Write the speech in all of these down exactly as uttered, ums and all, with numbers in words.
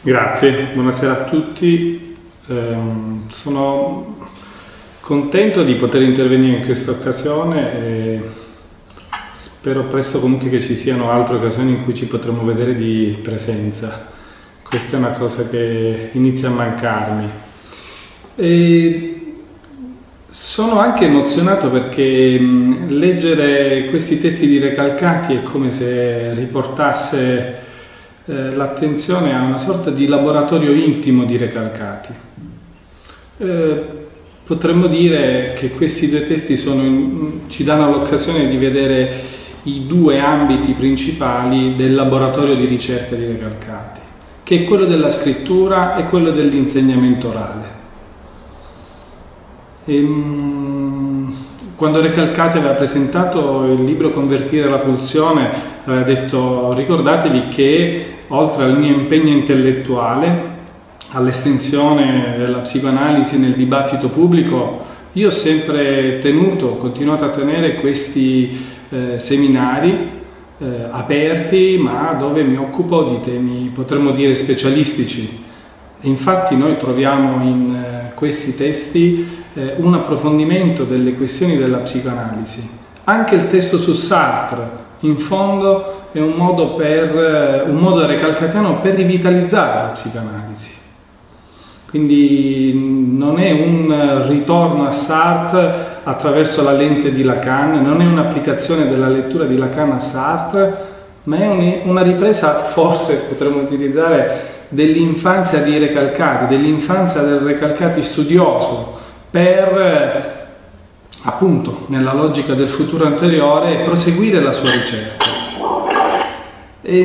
Grazie, buonasera a tutti. Eh, sono contento di poter intervenire in questa occasione e spero presto comunque che ci siano altre occasioni in cui ci potremo vedere di presenza. Questa è una cosa che inizia a mancarmi. E sono anche emozionato perché mh, leggere questi testi di Recalcati è come se riportasse eh, l'attenzione a una sorta di laboratorio intimo di Recalcati. Eh, potremmo dire che questi due testi sono in, ci danno l'occasione di vedere i due ambiti principali del laboratorio di ricerca di Recalcati, che è quello della scrittura e quello dell'insegnamento orale. E, mh, quando Recalcati aveva presentato il libro Convertire la pulsione, aveva detto: ricordatevi che oltre al mio impegno intellettuale, all'estensione della psicoanalisi nel dibattito pubblico, io ho sempre tenuto, ho continuato a tenere questi eh, seminari eh, aperti, ma dove mi occupo di temi, potremmo dire, specialistici. E infatti noi troviamo in eh, questi testi eh, un approfondimento delle questioni della psicoanalisi. Anche il testo su Sartre, in fondo, è un modo, per, un modo recalcatiano per rivitalizzare la psicoanalisi. Quindi non è un ritorno a Sartre attraverso la lente di Lacan, non è un'applicazione della lettura di Lacan a Sartre, ma è una ripresa, forse potremmo utilizzare, dell'infanzia di Recalcati, dell'infanzia del Recalcati studioso, per, appunto, nella logica del futuro anteriore, proseguire la sua ricerca. E,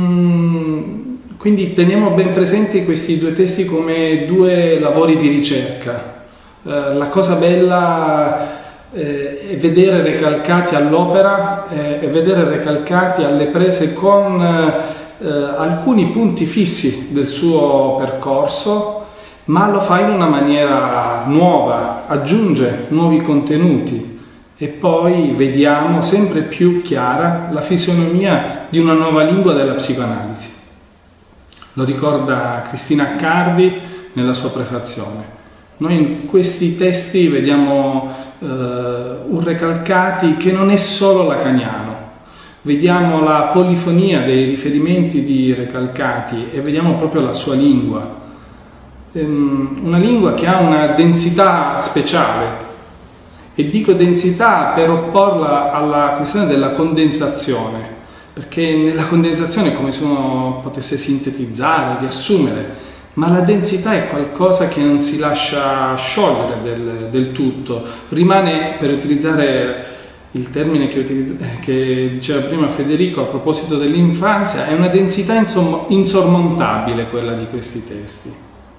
quindi teniamo ben presenti questi due testi come due lavori di ricerca. Eh, la cosa bella eh, è vedere Recalcati all'opera eh, e vedere Recalcati alle prese con eh, alcuni punti fissi del suo percorso, ma lo fa in una maniera nuova, aggiunge nuovi contenuti. E poi vediamo sempre più chiara la fisionomia di una nuova lingua della psicoanalisi. Lo ricorda Cristina Accardi nella sua prefazione. Noi in questi testi vediamo eh, un Recalcati che non è solo lacaniano. Vediamo la polifonia dei riferimenti di Recalcati e vediamo proprio la sua lingua. Ehm, una lingua che ha una densità speciale. E dico densità per opporla alla questione della condensazione, perché nella condensazione è come se uno potesse sintetizzare, riassumere, ma la densità è qualcosa che non si lascia sciogliere del, del tutto, rimane, per utilizzare il termine che, utilizz- che diceva prima Federico a proposito dell'infanzia, è una densità insom- insormontabile quella di questi testi.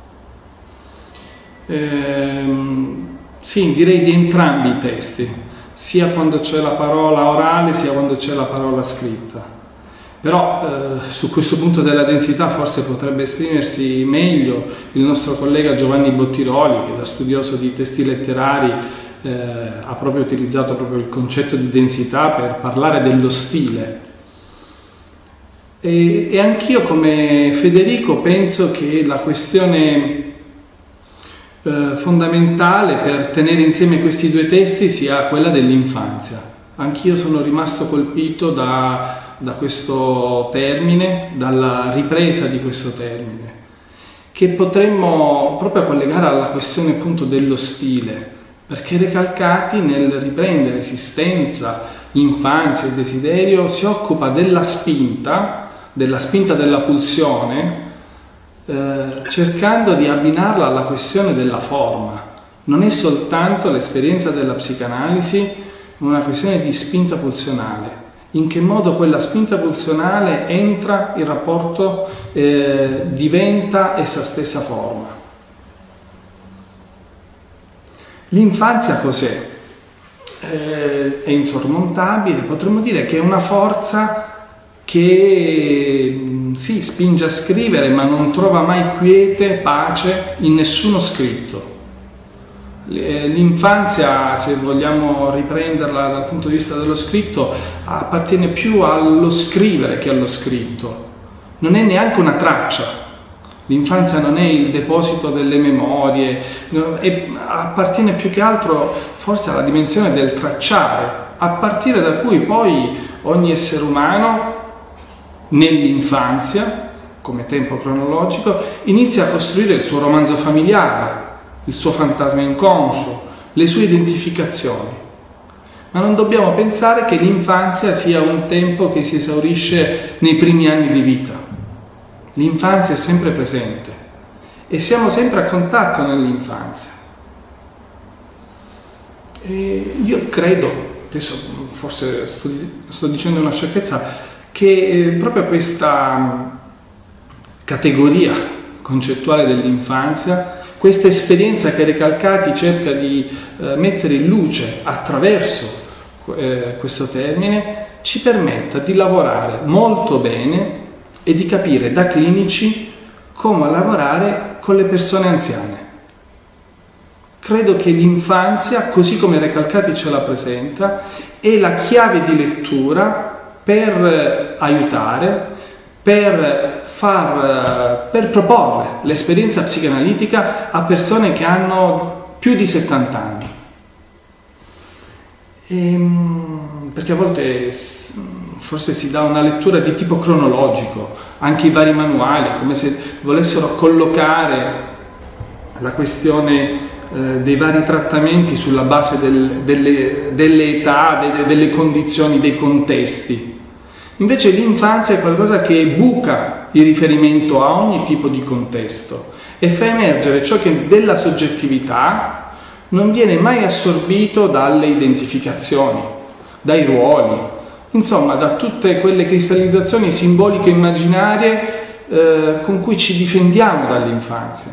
Ehm, Sì, direi di entrambi i testi, sia quando c'è la parola orale sia quando c'è la parola scritta. Però eh, su questo punto della densità forse potrebbe esprimersi meglio il nostro collega Giovanni Bottiroli, che da studioso di testi letterari eh, ha proprio utilizzato proprio il concetto di densità per parlare dello stile. E, e anch'io, come Federico, penso che la questione fondamentale per tenere insieme questi due testi sia quella dell'infanzia. Anch'io sono rimasto colpito da, da questo termine, dalla ripresa di questo termine, che potremmo proprio collegare alla questione appunto dello stile, perché Recalcati nel riprendere esistenza, infanzia e desiderio si occupa della spinta, della spinta della pulsione, Eh, cercando di abbinarla alla questione della forma. Non è soltanto l'esperienza della psicanalisi una questione di spinta pulsionale. In che modo quella spinta pulsionale entra in rapporto, eh, diventa essa stessa forma. L'infanzia cos'è? Eh, è insormontabile, potremmo dire che è una forza che sì, spinge a scrivere, ma non trova mai quiete, pace in nessuno scritto. L'infanzia, se vogliamo riprenderla dal punto di vista dello scritto, appartiene più allo scrivere che allo scritto. Non è neanche una traccia. L'infanzia non è il deposito delle memorie, è, appartiene più che altro forse alla dimensione del tracciare, a partire da cui poi ogni essere umano nell'infanzia, come tempo cronologico, inizia a costruire il suo romanzo familiare, il suo fantasma inconscio, le sue identificazioni. Ma non dobbiamo pensare che l'infanzia sia un tempo che si esaurisce nei primi anni di vita. L'infanzia è sempre presente e siamo sempre a contatto nell'infanzia. E io credo, adesso forse sto, sto dicendo una sciocchezza, che proprio questa categoria concettuale dell'infanzia, questa esperienza che Recalcati cerca di eh, mettere in luce attraverso eh, questo termine, ci permetta di lavorare molto bene e di capire da clinici come lavorare con le persone anziane. Credo che l'infanzia, così come Recalcati ce la presenta, è la chiave di lettura per aiutare, per, far, per proporre l'esperienza psicanalitica a persone che hanno più di settanta anni. E, perché a volte forse si dà una lettura di tipo cronologico, anche i vari manuali, come se volessero collocare la questione eh, dei vari trattamenti sulla base del, delle, delle età, delle, delle condizioni, dei contesti. Invece l'infanzia è qualcosa che buca il riferimento a ogni tipo di contesto e fa emergere ciò che della soggettività non viene mai assorbito dalle identificazioni, dai ruoli, insomma da tutte quelle cristallizzazioni simboliche immaginarie eh, con cui ci difendiamo dall'infanzia.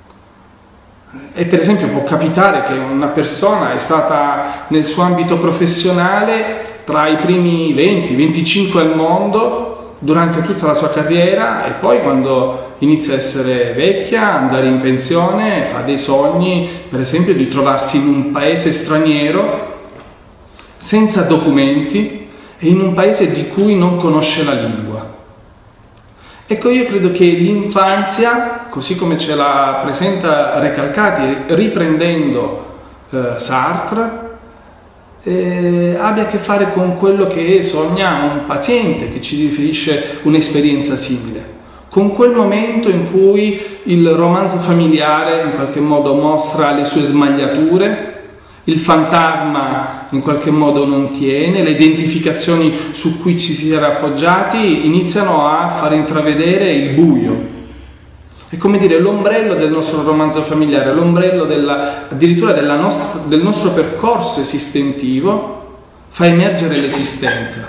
E per esempio può capitare che una persona è stata nel suo ambito professionale tra i primi venti venticinque al mondo durante tutta la sua carriera e poi quando inizia a essere vecchia, andare in pensione, fa dei sogni, per esempio di trovarsi in un paese straniero senza documenti e in un paese di cui non conosce la lingua. Ecco, io credo che l'infanzia, così come ce la presenta Recalcati, riprendendo eh, Sartre, eh, abbia a che fare con quello che sogna un paziente che ci riferisce un'esperienza simile, con quel momento in cui il romanzo familiare in qualche modo mostra le sue smagliature, il fantasma in qualche modo non tiene, le identificazioni su cui ci si era appoggiati iniziano a far intravedere il buio. È come dire l'ombrello del nostro romanzo familiare, l'ombrello della, addirittura della nostra, del nostro percorso esistentivo, fa emergere l'esistenza.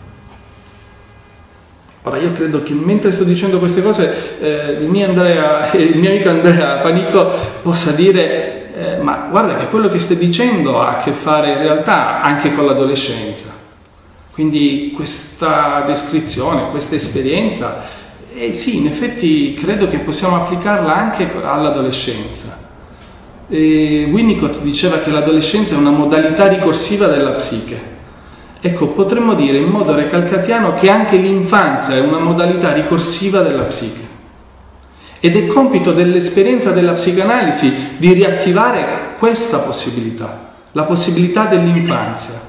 Ora io credo che mentre sto dicendo queste cose eh, il, mio Andrea, il mio amico Andrea Panico possa dire Eh, ma guarda che quello che stai dicendo ha a che fare in realtà anche con l'adolescenza. Quindi questa descrizione, questa esperienza, eh, sì, in effetti credo che possiamo applicarla anche all'adolescenza. Eh, Winnicott diceva che l'adolescenza è una modalità ricorsiva della psiche. Ecco, potremmo dire in modo recalcatiano che anche l'infanzia è una modalità ricorsiva della psiche. Ed è compito dell'esperienza della psicanalisi di riattivare questa possibilità, la possibilità dell'infanzia.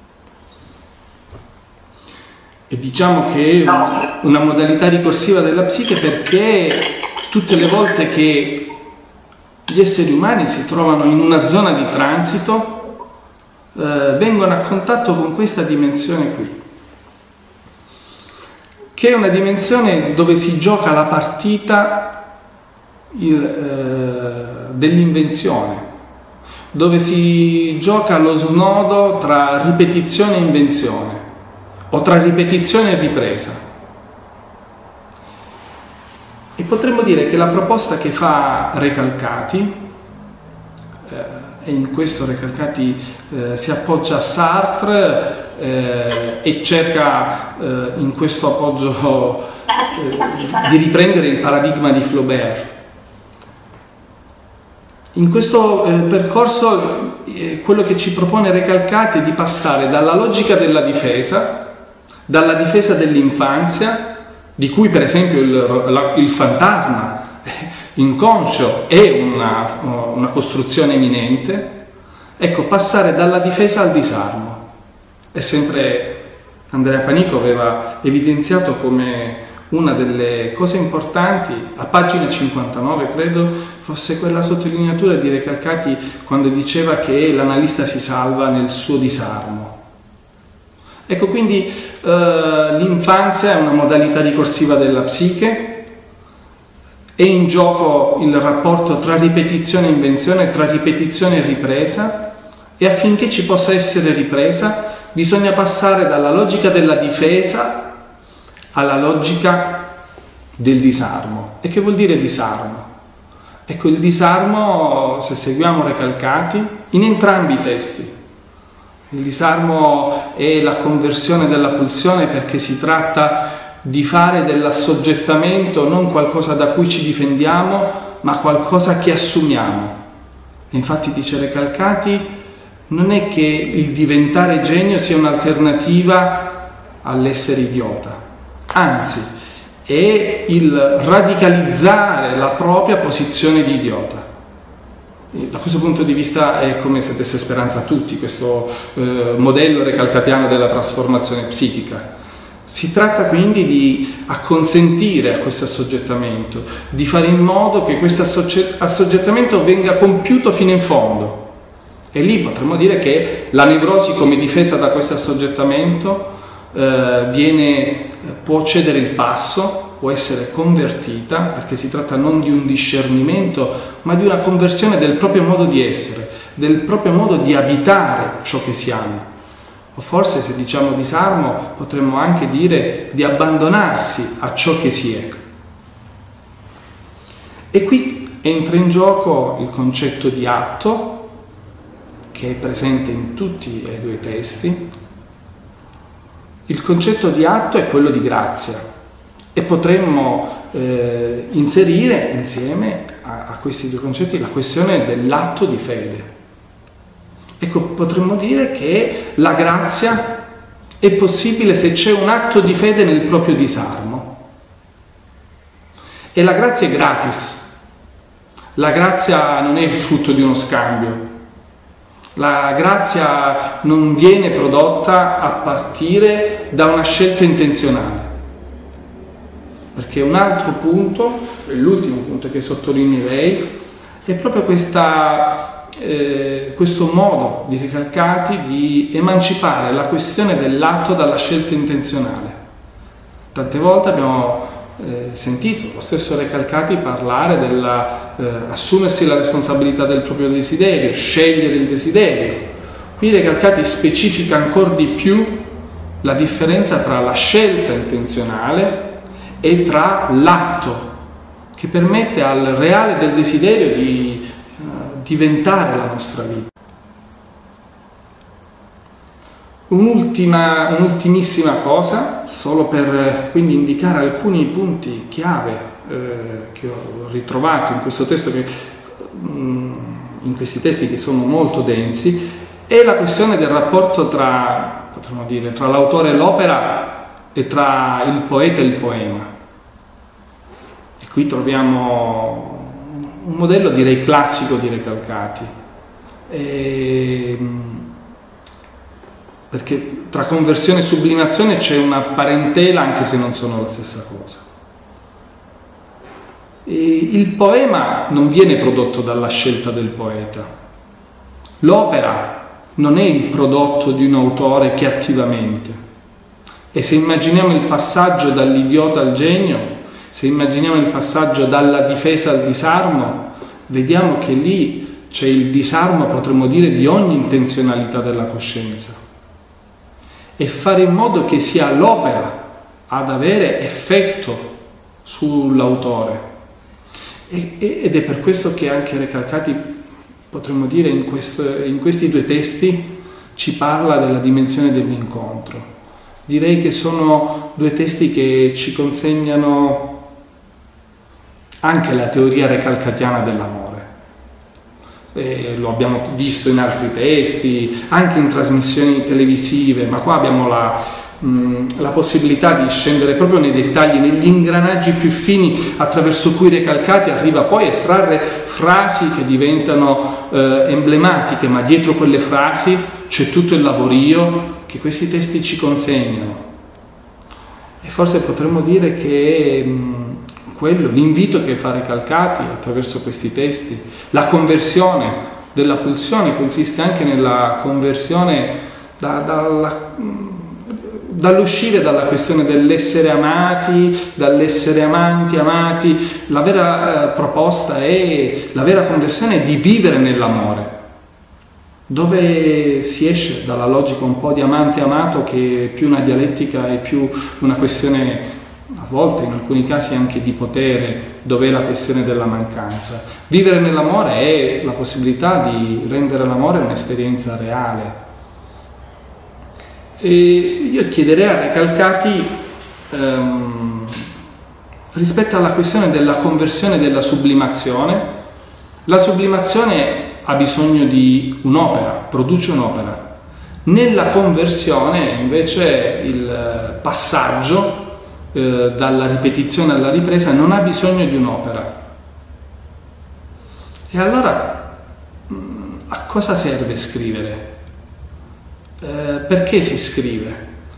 E diciamo che è una modalità ricorsiva della psiche perché tutte le volte che gli esseri umani si trovano in una zona di transito, eh, vengono a contatto con questa dimensione qui, che è una dimensione dove si gioca la partita Il, eh, dell'invenzione, dove si gioca lo snodo tra ripetizione e invenzione o tra ripetizione e ripresa. E potremmo dire che la proposta che fa Recalcati, eh, e in questo Recalcati eh, si appoggia a Sartre eh, e cerca eh, in questo appoggio eh, di riprendere il paradigma di Flaubert. In questo eh, percorso eh, quello che ci propone Recalcati è di passare dalla logica della difesa, dalla difesa dell'infanzia, di cui per esempio il, la, il fantasma inconscio è una, una costruzione eminente. Ecco, passare dalla difesa al disarmo. È sempre Andrea Panico aveva evidenziato come una delle cose importanti, a pagina cinquantanove credo, fosse quella sottolineatura di Recalcati quando diceva che l'analista si salva nel suo disarmo. Ecco, quindi eh, l'infanzia è una modalità ricorsiva della psiche, è in gioco il rapporto tra ripetizione e invenzione, tra ripetizione e ripresa, e affinché ci possa essere ripresa bisogna passare dalla logica della difesa alla logica del disarmo. E che vuol dire disarmo? Ecco, il disarmo, se seguiamo Recalcati, in entrambi i testi, il disarmo è la conversione della pulsione, perché si tratta di fare dell'assoggettamento non qualcosa da cui ci difendiamo, ma qualcosa che assumiamo. E infatti dice Recalcati, non è che il diventare genio sia un'alternativa all'essere idiota, anzi è il radicalizzare la propria posizione di idiota. E da questo punto di vista è come se desse speranza a tutti questo eh, modello recalcatiano della trasformazione psichica. Si tratta quindi di acconsentire a questo assoggettamento, di fare in modo che questo assoggettamento venga compiuto fino in fondo. E lì potremmo dire che la nevrosi come difesa da questo assoggettamento eh, viene, può cedere il passo, può essere convertita, perché si tratta non di un discernimento, ma di una conversione del proprio modo di essere, del proprio modo di abitare ciò che siamo. O forse, se diciamo disarmo, potremmo anche dire di abbandonarsi a ciò che si è. E qui entra in gioco il concetto di atto, che è presente in tutti e due i testi. Il concetto di atto è quello di grazia, e potremmo eh, inserire insieme a, a questi due concetti la questione dell'atto di fede. Ecco, potremmo dire che la grazia è possibile se c'è un atto di fede nel proprio disarmo. E la grazia è gratis. La grazia non è il frutto di uno scambio. La grazia non viene prodotta a partire da una scelta intenzionale. Perché un altro punto, l'ultimo punto che sottolineerei, è proprio questa... Eh, questo modo di Recalcati di emancipare la questione dell'atto dalla scelta intenzionale. Tante volte abbiamo eh, sentito lo stesso Recalcati parlare dell'assumersi eh, la responsabilità del proprio desiderio, scegliere il desiderio. Qui Recalcati specifica ancora di più la differenza tra la scelta intenzionale e tra l'atto che permette al reale del desiderio di diventare la nostra vita. Un'ultima, un'ultimissima cosa, solo per quindi indicare alcuni punti chiave eh, che ho ritrovato in questo testo, che, in questi testi che sono molto densi, è la questione del rapporto tra, potremmo dire, tra l'autore e l'opera e tra il poeta e il poema. E qui troviamo un modello, direi, classico di Recalcati, e, perché tra conversione e sublimazione c'è una parentela, anche se non sono la stessa cosa. E il poema non viene prodotto dalla scelta del poeta. L'opera non è il prodotto di un autore che attivamente. E se immaginiamo il passaggio dall'idiota al genio, se immaginiamo il passaggio dalla difesa al disarmo, vediamo che lì c'è il disarmo, potremmo dire, di ogni intenzionalità della coscienza. E fare in modo che sia l'opera ad avere effetto sull'autore. Ed è per questo che anche Recalcati, potremmo dire, in, questo, in questi due testi ci parla della dimensione dell'incontro. Direi che sono due testi che ci consegnano anche la teoria recalcatiana dell'amore. Eh, lo abbiamo visto in altri testi, anche in trasmissioni televisive, ma qua abbiamo la, mh, la possibilità di scendere proprio nei dettagli, negli ingranaggi più fini attraverso cui Recalcati arriva poi a estrarre frasi che diventano eh, emblematiche, ma dietro quelle frasi c'è tutto il lavorio che questi testi ci consegnano. E forse potremmo dire che mh, quello, l'invito che fa Recalcati attraverso questi testi, la conversione della pulsione consiste anche nella conversione da, dalla, dall'uscire dalla questione dell'essere amati, dall'essere amanti, amati. La vera eh, proposta è, la vera conversione è di vivere nell'amore, dove si esce dalla logica un po' di amante amato, che è più una dialettica, è più una questione a volte, in alcuni casi anche di potere, dove è la questione della mancanza. Vivere nell'amore è la possibilità di rendere l'amore un'esperienza reale. E io chiederei a Recalcati ehm, rispetto alla questione della conversione e della sublimazione. La sublimazione ha bisogno di un'opera, produce un'opera. Nella conversione invece il passaggio eh, dalla ripetizione alla ripresa non ha bisogno di un'opera. E allora a cosa serve scrivere? Eh, perché si scrive?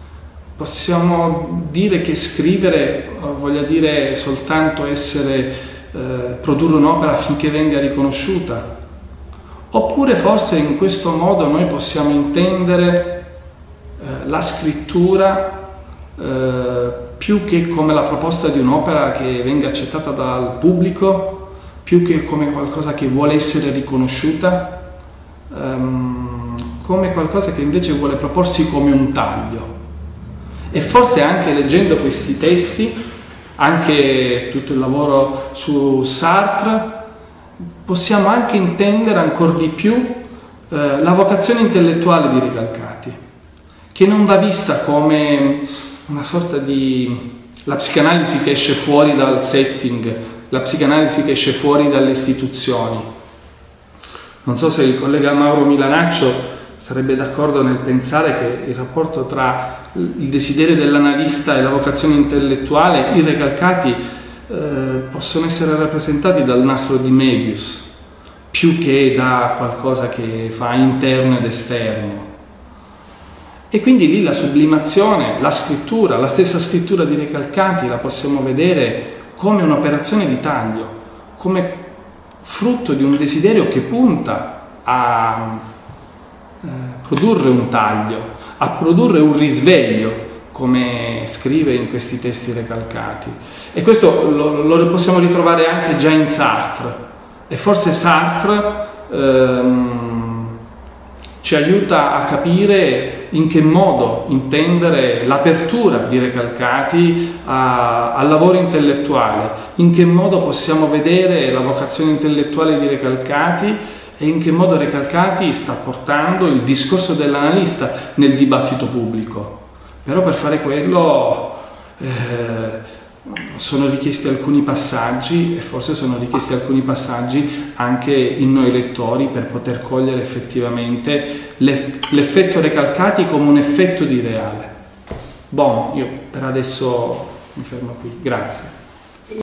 Possiamo dire che scrivere voglia dire soltanto essere, eh, produrre un'opera affinché venga riconosciuta? Oppure forse in questo modo noi possiamo intendere eh, la scrittura eh, più che come la proposta di un'opera che venga accettata dal pubblico, più che come qualcosa che vuole essere riconosciuta, ehm, come qualcosa che invece vuole proporsi come un taglio. E forse anche leggendo questi testi, anche tutto il lavoro su Sartre, possiamo anche intendere ancora di più eh, la vocazione intellettuale di Recalcati, che non va vista come una sorta di la psicanalisi che esce fuori dal setting, la psicanalisi che esce fuori dalle istituzioni. Non so se il collega Mauro Milanaccio sarebbe d'accordo nel pensare che il rapporto tra il desiderio dell'analista e la vocazione intellettuale, i Recalcati, eh, possono essere rappresentati dal nastro di Möbius, più che da qualcosa che fa interno ed esterno. E quindi lì la sublimazione, la scrittura, la stessa scrittura di Recalcati la possiamo vedere come un'operazione di taglio, come frutto di un desiderio che punta a eh, produrre un taglio, a produrre un risveglio, come scrive in questi testi Recalcati. E questo lo, lo possiamo ritrovare anche già in Sartre. E forse Sartre ehm, ci aiuta a capire in che modo intendere l'apertura di Recalcati a, al lavoro intellettuale, in che modo possiamo vedere la vocazione intellettuale di Recalcati e in che modo Recalcati sta portando il discorso dell'analista nel dibattito pubblico. Però per fare quello eh, sono richiesti alcuni passaggi, e forse sono richiesti alcuni passaggi anche in noi lettori, per poter cogliere effettivamente l'effetto Recalcati come un effetto di reale. Bon, io per adesso mi fermo qui, grazie.